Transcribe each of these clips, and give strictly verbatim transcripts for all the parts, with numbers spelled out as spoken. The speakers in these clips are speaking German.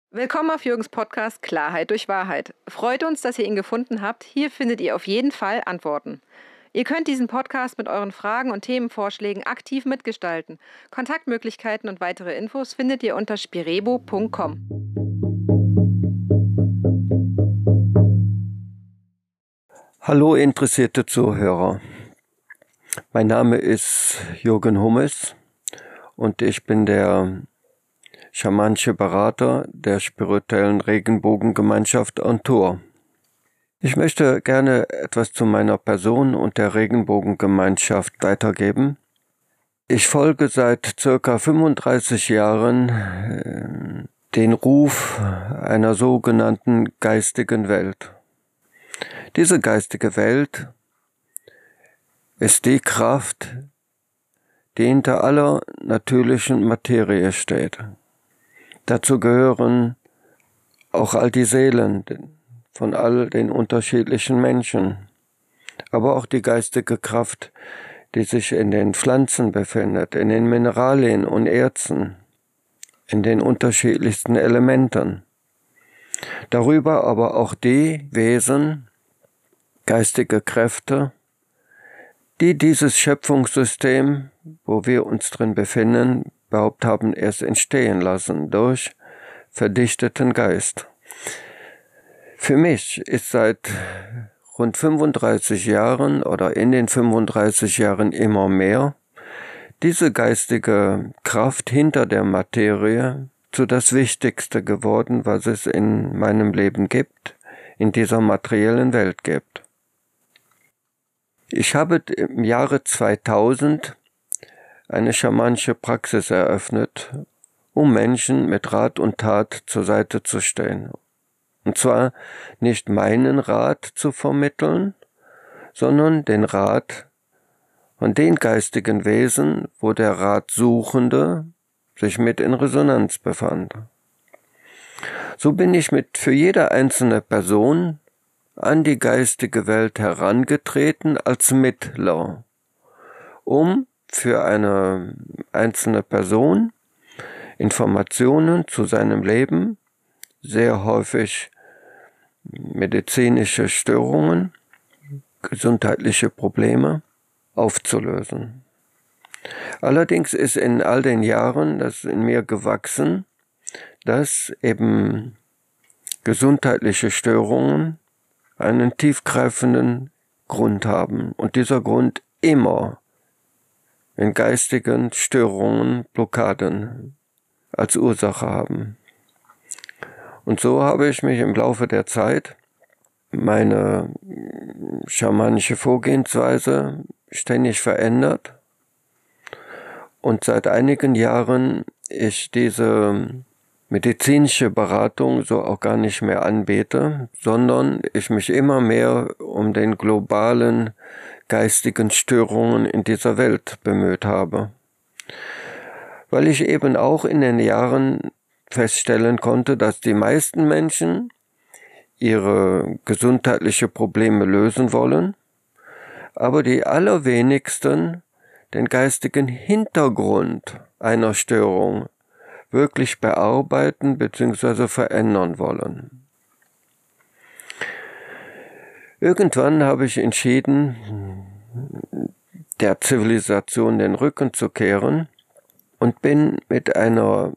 Willkommen auf Jürgens Podcast Klarheit durch Wahrheit. Freut uns, dass ihr ihn gefunden habt. Hier findet ihr auf jeden Fall Antworten. Ihr könnt diesen Podcast mit euren Fragen und Themenvorschlägen aktiv mitgestalten. Kontaktmöglichkeiten und weitere Infos findet ihr unter spirebo punkt com. Hallo interessierte Zuhörer. Mein Name ist Jürgen Hummes und ich bin der schamanische Berater der spirituellen Regenbogengemeinschaft On Tour. Ich möchte gerne etwas zu meiner Person und der Regenbogengemeinschaft weitergeben. Ich folge seit circa fünfunddreißig Jahren äh, den Ruf einer sogenannten geistigen Welt. Diese geistige Welt ist die Kraft, die hinter aller natürlichen Materie steht. Dazu gehören auch all die Seelen von all den unterschiedlichen Menschen, aber auch die geistige Kraft, die sich in den Pflanzen befindet, in den Mineralien und Erzen, in den unterschiedlichsten Elementen. Darüber aber auch die Wesen, geistige Kräfte, die dieses Schöpfungssystem, wo wir uns drin befinden, überhaupt haben erst entstehen lassen durch verdichteten Geist. Für mich ist seit rund fünfunddreißig Jahren oder in den fünfunddreißig Jahren immer mehr diese geistige Kraft hinter der Materie zu das Wichtigste geworden, was es in meinem Leben gibt, in dieser materiellen Welt gibt. Ich habe im Jahre zweitausend eine schamanische Praxis eröffnet, um Menschen mit Rat und Tat zur Seite zu stehen. Und zwar nicht meinen Rat zu vermitteln, sondern den Rat von den geistigen Wesen, wo der Ratsuchende sich mit in Resonanz befand. So bin ich mit für jede einzelne Person an die geistige Welt herangetreten als Mittler, um für eine einzelne Person Informationen zu seinem Leben, sehr häufig medizinische Störungen, gesundheitliche Probleme aufzulösen. Allerdings ist in all den Jahren das in mir gewachsen, dass eben gesundheitliche Störungen einen tiefgreifenden Grund haben und dieser Grund immer in geistigen Störungen, Blockaden als Ursache haben. Und so habe ich mich im Laufe der Zeit meine schamanische Vorgehensweise ständig verändert und seit einigen Jahren ich diese medizinische Beratung so auch gar nicht mehr anbete, sondern ich mich immer mehr um den globalen geistigen Störungen in dieser Welt bemüht habe. Weil ich eben auch in den Jahren feststellen konnte, dass die meisten Menschen ihre gesundheitliche Probleme lösen wollen, aber die allerwenigsten den geistigen Hintergrund einer Störung wirklich bearbeiten bzw. verändern wollen. Irgendwann habe ich entschieden, der Zivilisation den Rücken zu kehren und bin mit einer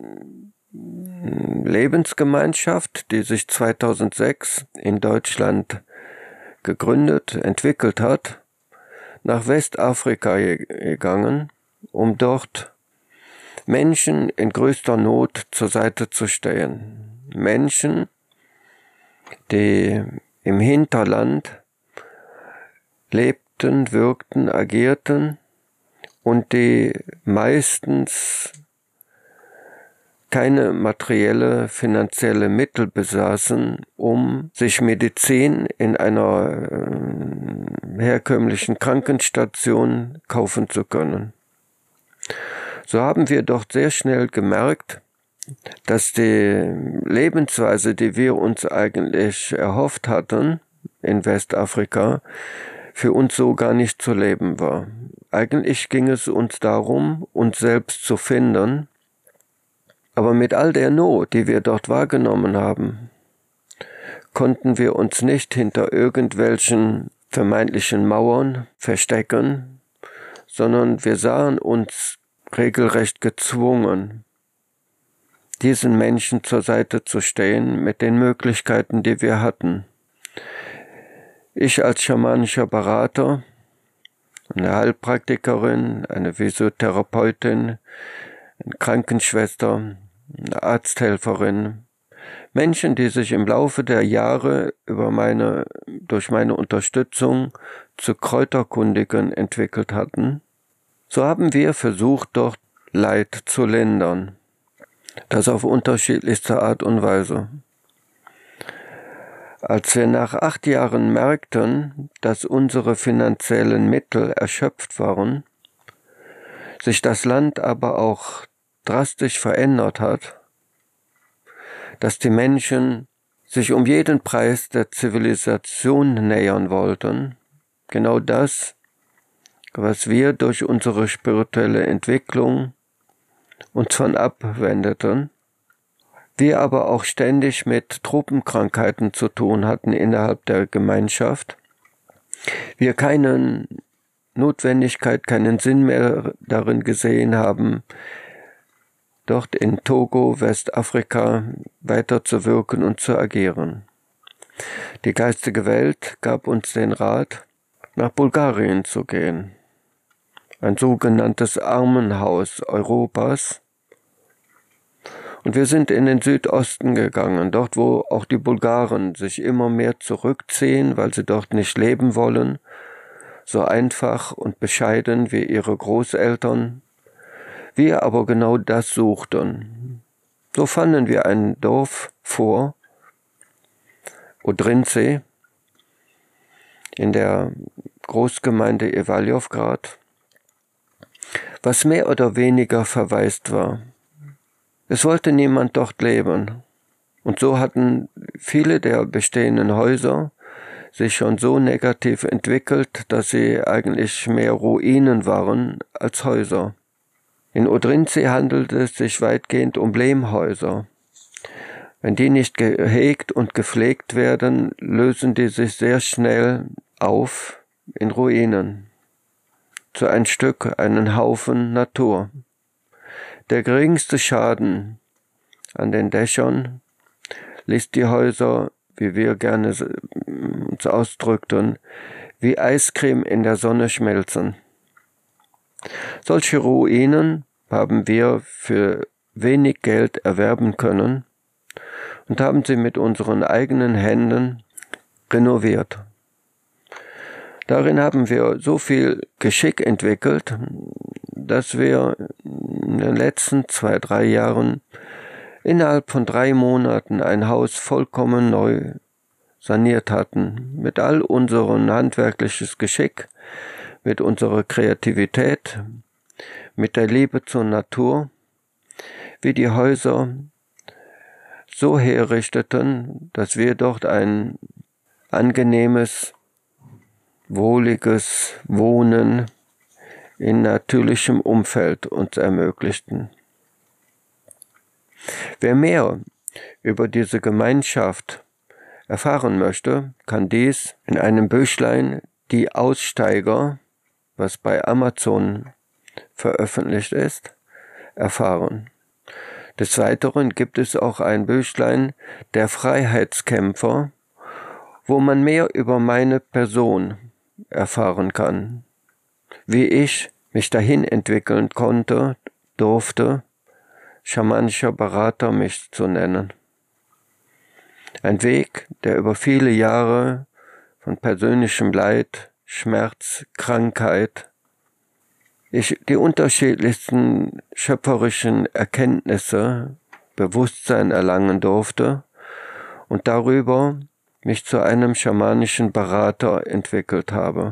Lebensgemeinschaft, die sich zweitausendsechs in Deutschland gegründet, entwickelt hat, nach Westafrika gegangen, um dort Menschen in größter Not zur Seite zu stehen. Menschen, die im Hinterland lebten, wirkten, agierten und die meistens keine materielle, finanzielle Mittel besaßen, um sich Medizin in einer äh, herkömmlichen Krankenstation kaufen zu können. So haben wir dort sehr schnell gemerkt, dass die Lebensweise, die wir uns eigentlich erhofft hatten in Westafrika, für uns so gar nicht zu leben war. Eigentlich ging es uns darum, uns selbst zu finden, Aber mit all der Not, die wir dort wahrgenommen haben, konnten wir uns nicht hinter irgendwelchen vermeintlichen Mauern verstecken, sondern wir sahen uns regelrecht gezwungen, diesen Menschen zur Seite zu stehen mit den Möglichkeiten, die wir hatten. Ich als schamanischer Berater, eine Heilpraktikerin, eine Physiotherapeutin, eine Krankenschwester, eine Arzthelferin, Menschen, die sich im Laufe der Jahre über meine, durch meine Unterstützung zu Kräuterkundigen entwickelt hatten, so haben wir versucht, dort Leid zu lindern. Das auf unterschiedlichste Art und Weise. Als wir nach acht Jahren merkten, dass unsere finanziellen Mittel erschöpft waren, sich das Land aber auch drastisch verändert hat, dass die Menschen sich um jeden Preis der Zivilisation nähern wollten, genau das, was wir durch unsere spirituelle Entwicklung uns von abwendeten, wir aber auch ständig mit Tropenkrankheiten zu tun hatten innerhalb der Gemeinschaft, wir keine Notwendigkeit, keinen Sinn mehr darin gesehen haben, dort in Togo, Westafrika, weiterzuwirken und zu agieren. Die geistige Welt gab uns den Rat, nach Bulgarien zu gehen, ein sogenanntes Armenhaus Europas. Und wir sind in den Südosten gegangen, dort wo auch die Bulgaren sich immer mehr zurückziehen, weil sie dort nicht leben wollen, so einfach und bescheiden wie ihre Großeltern. Wir aber genau das suchten. So fanden wir ein Dorf vor, Odrince, in der Großgemeinde Evaljovgrad, was mehr oder weniger verwaist war. Es wollte niemand dort leben. Und so hatten viele der bestehenden Häuser sich schon so negativ entwickelt, dass sie eigentlich mehr Ruinen waren als Häuser. In Odrince handelt es sich weitgehend um Lehmhäuser. Wenn die nicht gehegt und gepflegt werden, lösen die sich sehr schnell auf in Ruinen. Zu ein Stück, einen Haufen Natur. Der geringste Schaden an den Dächern ließ die Häuser, wie wir gerne uns ausdrückten, wie Eiscreme in der Sonne schmelzen. Solche Ruinen haben wir für wenig Geld erwerben können und haben sie mit unseren eigenen Händen renoviert. Darin haben wir so viel Geschick entwickelt, dass wir in den letzten zwei, drei Jahren innerhalb von drei Monaten ein Haus vollkommen neu saniert hatten, mit all unserem handwerkliches Geschick, mit unserer Kreativität, mit der Liebe zur Natur, wie die Häuser so herrichteten, dass wir dort ein angenehmes, wohliges Wohnen in natürlichem Umfeld uns ermöglichten. Wer mehr über diese Gemeinschaft erfahren möchte, kann dies in einem Büchlein Die Aussteiger, was bei Amazon veröffentlicht ist, erfahren. Des Weiteren gibt es auch ein Büchlein Der Freiheitskämpfer, wo man mehr über meine Person erfahren kann, wie ich mich dahin entwickeln konnte, durfte, schamanischer Berater mich zu nennen. Ein Weg, der über viele Jahre von persönlichem Leid, Schmerz, Krankheit, ich die unterschiedlichsten schöpferischen Erkenntnisse, Bewusstsein erlangen durfte und darüber mich zu einem schamanischen Berater entwickelt habe.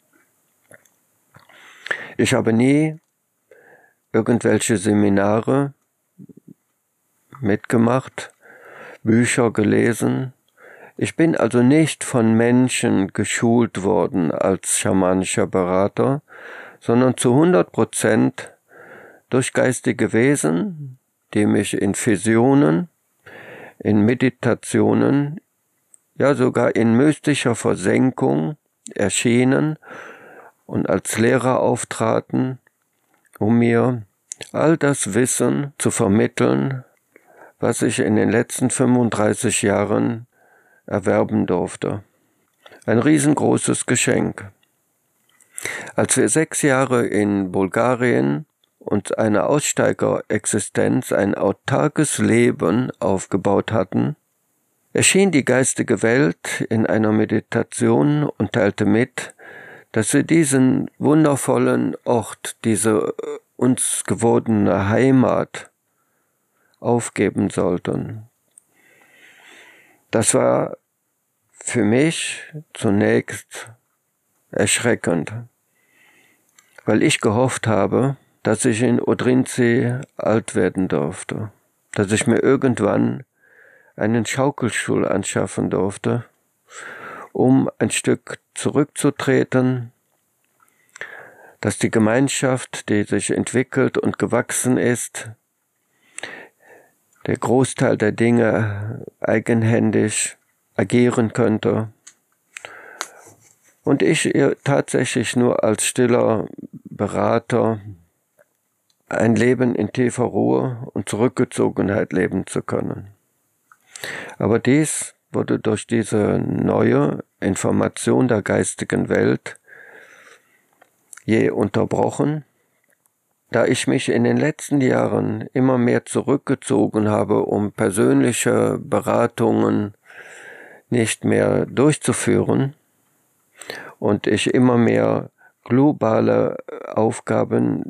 Ich habe nie irgendwelche Seminare mitgemacht, Bücher gelesen. Ich bin also nicht von Menschen geschult worden als schamanischer Berater, sondern zu hundert Prozent durch geistige Wesen, die mich in Visionen, in Meditationen, ja sogar in mystischer Versenkung erschienen und als Lehrer auftraten, um mir all das Wissen zu vermitteln, was ich in den letzten fünfunddreißig Jahren erwerben durfte. Ein riesengroßes Geschenk. Als wir sechs Jahre in Bulgarien uns eine Aussteigerexistenz, ein autarkes Leben aufgebaut hatten, erschien die geistige Welt in einer Meditation und teilte mit, dass wir diesen wundervollen Ort, diese uns gewordene Heimat aufgeben sollten. Das war für mich zunächst erschreckend, weil ich gehofft habe, dass ich in Odrinci alt werden durfte, dass ich mir irgendwann einen Schaukelstuhl anschaffen durfte, um ein Stück zurückzutreten, dass die Gemeinschaft, die sich entwickelt und gewachsen ist, der Großteil der Dinge eigenhändig agieren könnte und ich ihr tatsächlich nur als stiller Berater ein Leben in tiefer Ruhe und Zurückgezogenheit leben zu können. Aber dies wurde durch diese neue Information der geistigen Welt je unterbrochen, da ich mich in den letzten Jahren immer mehr zurückgezogen habe, um persönliche Beratungen nicht mehr durchzuführen und ich immer mehr globale Aufgaben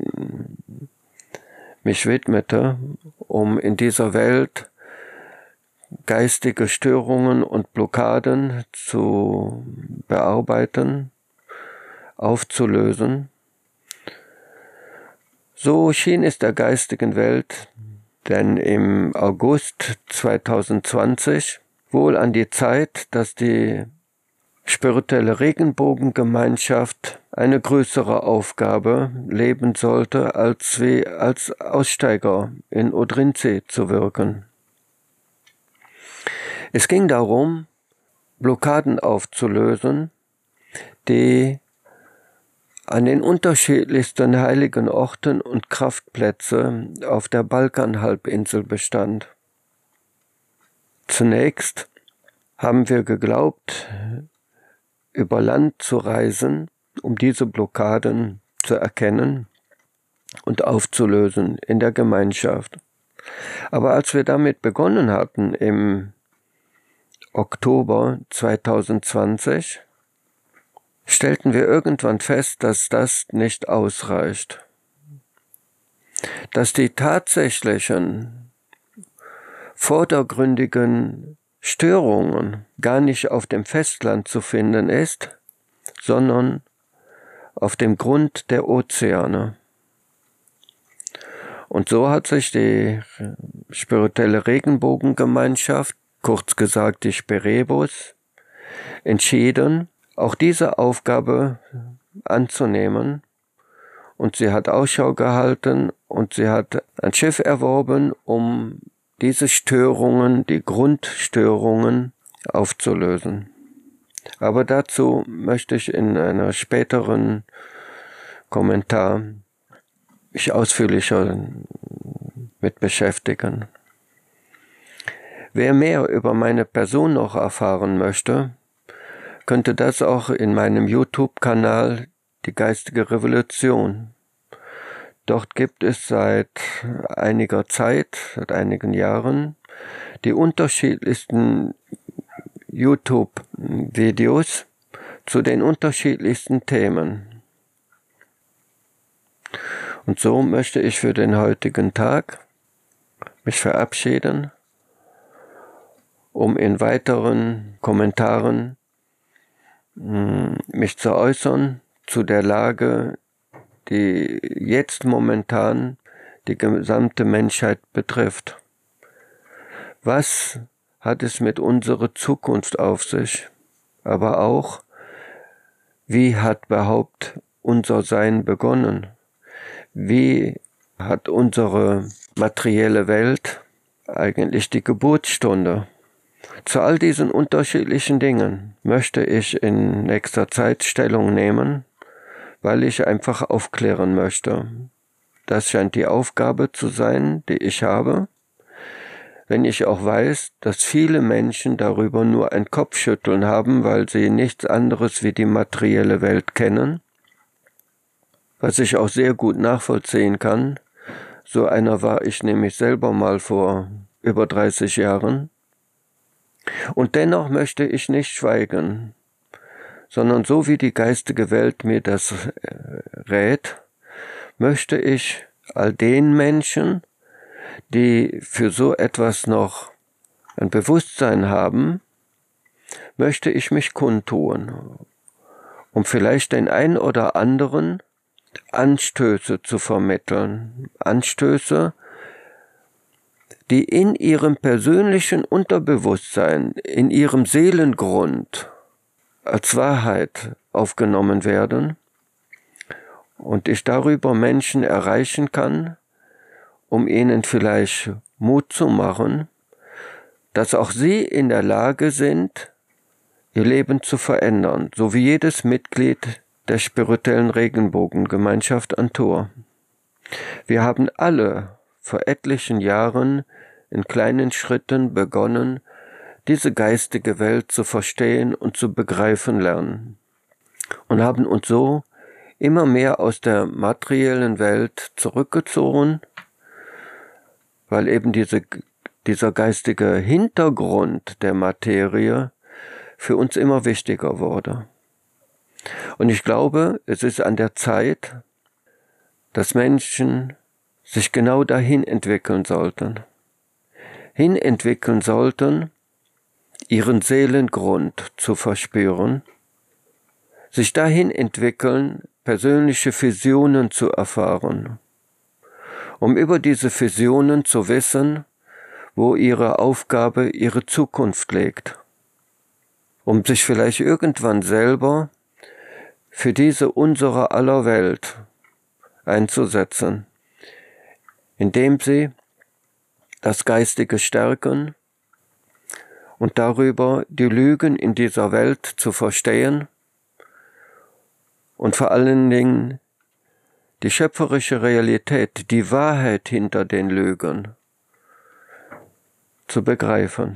mich widmete, um in dieser Welt geistige Störungen und Blockaden zu bearbeiten, aufzulösen. So schien es der geistigen Welt, denn im August zweitausendzwanzig wohl an die Zeit, dass die spirituelle Regenbogengemeinschaft eine größere Aufgabe leben sollte, als wie als Aussteiger in Odrinci zu wirken. Es ging darum, Blockaden aufzulösen, die an den unterschiedlichsten heiligen Orten und Kraftplätze auf der Balkanhalbinsel bestand. Zunächst haben wir geglaubt, über Land zu reisen, um diese Blockaden zu erkennen und aufzulösen in der Gemeinschaft. Aber als wir damit begonnen hatten im Oktober zweitausendzwanzig, stellten wir irgendwann fest, dass das nicht ausreicht. Dass die tatsächlichen, vordergründigen Störungen gar nicht auf dem Festland zu finden ist, sondern auf dem Grund der Ozeane. Und so hat sich die spirituelle Regenbogengemeinschaft, kurz gesagt die Spirebus, entschieden, auch diese Aufgabe anzunehmen. Und sie hat Ausschau gehalten und sie hat ein Schiff erworben, um diese Störungen, die Grundstörungen aufzulösen. Aber dazu möchte ich in einer späteren Kommentar mich ausführlicher mit beschäftigen. Wer mehr über meine Person noch erfahren möchte, könnte das auch in meinem YouTube-Kanal Die Geistige Revolution. Dort gibt es seit einiger Zeit, seit einigen Jahren, die unterschiedlichsten YouTube-Videos zu den unterschiedlichsten Themen. Und so möchte ich für den heutigen Tag mich verabschieden, um in weiteren Kommentaren mich zu äußern zu der Lage, die jetzt momentan die gesamte Menschheit betrifft. Was hat es mit unserer Zukunft auf sich? Aber auch, wie hat überhaupt unser Sein begonnen? Wie hat unsere materielle Welt eigentlich die Geburtsstunde. Zu all diesen unterschiedlichen Dingen möchte ich in nächster Zeit Stellung nehmen, weil ich einfach aufklären möchte. Das scheint die Aufgabe zu sein, die ich habe, wenn ich auch weiß, dass viele Menschen darüber nur ein Kopfschütteln haben, weil sie nichts anderes wie die materielle Welt kennen, was ich auch sehr gut nachvollziehen kann. So einer war ich nämlich selber mal vor über dreißig Jahren. Und dennoch möchte ich nicht schweigen, sondern so wie die geistige Welt mir das rät, möchte ich all den Menschen, die für so etwas noch ein Bewusstsein haben, möchte ich mich kundtun, um vielleicht den einen oder anderen Anstöße zu vermitteln. Anstöße, die in ihrem persönlichen Unterbewusstsein, in ihrem Seelengrund als Wahrheit aufgenommen werden und ich darüber Menschen erreichen kann, um ihnen vielleicht Mut zu machen, dass auch sie in der Lage sind, ihr Leben zu verändern, so wie jedes Mitglied der spirituellen Regenbogengemeinschaft Antor. Wir haben alle vor etlichen Jahren in kleinen Schritten begonnen, diese geistige Welt zu verstehen und zu begreifen lernen und haben uns so immer mehr aus der materiellen Welt zurückgezogen, weil eben diese, dieser geistige Hintergrund der Materie für uns immer wichtiger wurde. Und ich glaube, es ist an der Zeit, dass Menschen sich genau dahin entwickeln sollten. Hinentwickeln sollten, ihren Seelengrund zu verspüren, sich dahin entwickeln, persönliche Visionen zu erfahren, um über diese Visionen zu wissen, wo ihre Aufgabe, ihre Zukunft liegt, um sich vielleicht irgendwann selber für diese unsere aller Welt einzusetzen, indem sie das Geistige stärken und darüber die Lügen in dieser Welt zu verstehen und vor allen Dingen die schöpferische Realität, die Wahrheit hinter den Lügen zu begreifen.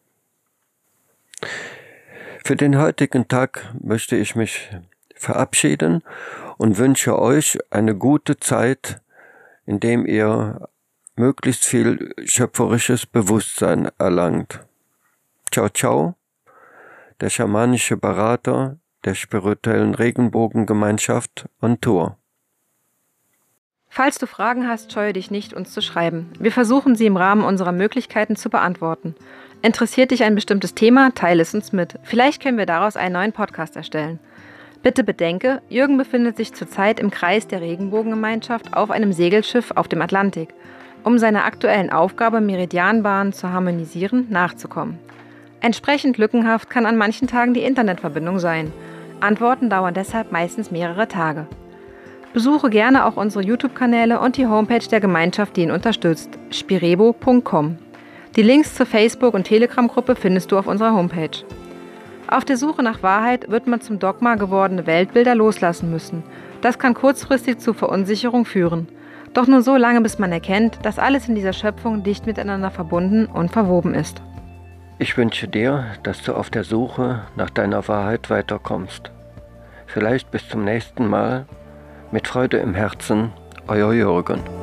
Für den heutigen Tag möchte ich mich verabschieden und wünsche euch eine gute Zeit, indem ihr möglichst viel schöpferisches Bewusstsein erlangt. Ciao, ciao, der schamanische Berater der spirituellen Regenbogengemeinschaft Antor. Falls du Fragen hast, scheue dich nicht, uns zu schreiben. Wir versuchen sie im Rahmen unserer Möglichkeiten zu beantworten. Interessiert dich ein bestimmtes Thema? Teile es uns mit. Vielleicht können wir daraus einen neuen Podcast erstellen. Bitte bedenke, Jürgen befindet sich zurzeit im Kreis der Regenbogengemeinschaft auf einem Segelschiff auf dem Atlantik, um seiner aktuellen Aufgabe, Meridianbahnen zu harmonisieren, nachzukommen. Entsprechend lückenhaft kann an manchen Tagen die Internetverbindung sein. Antworten dauern deshalb meistens mehrere Tage. Besuche gerne auch unsere YouTube-Kanäle und die Homepage der Gemeinschaft, die ihn unterstützt, spirebo punkt com. Die Links zur Facebook- und Telegram-Gruppe findest du auf unserer Homepage. Auf der Suche nach Wahrheit wird man zum Dogma gewordene Weltbilder loslassen müssen. Das kann kurzfristig zu Verunsicherung führen. Doch nur so lange, bis man erkennt, dass alles in dieser Schöpfung dicht miteinander verbunden und verwoben ist. Ich wünsche dir, dass du auf der Suche nach deiner Wahrheit weiterkommst. Vielleicht bis zum nächsten Mal. Mit Freude im Herzen, euer Jürgen.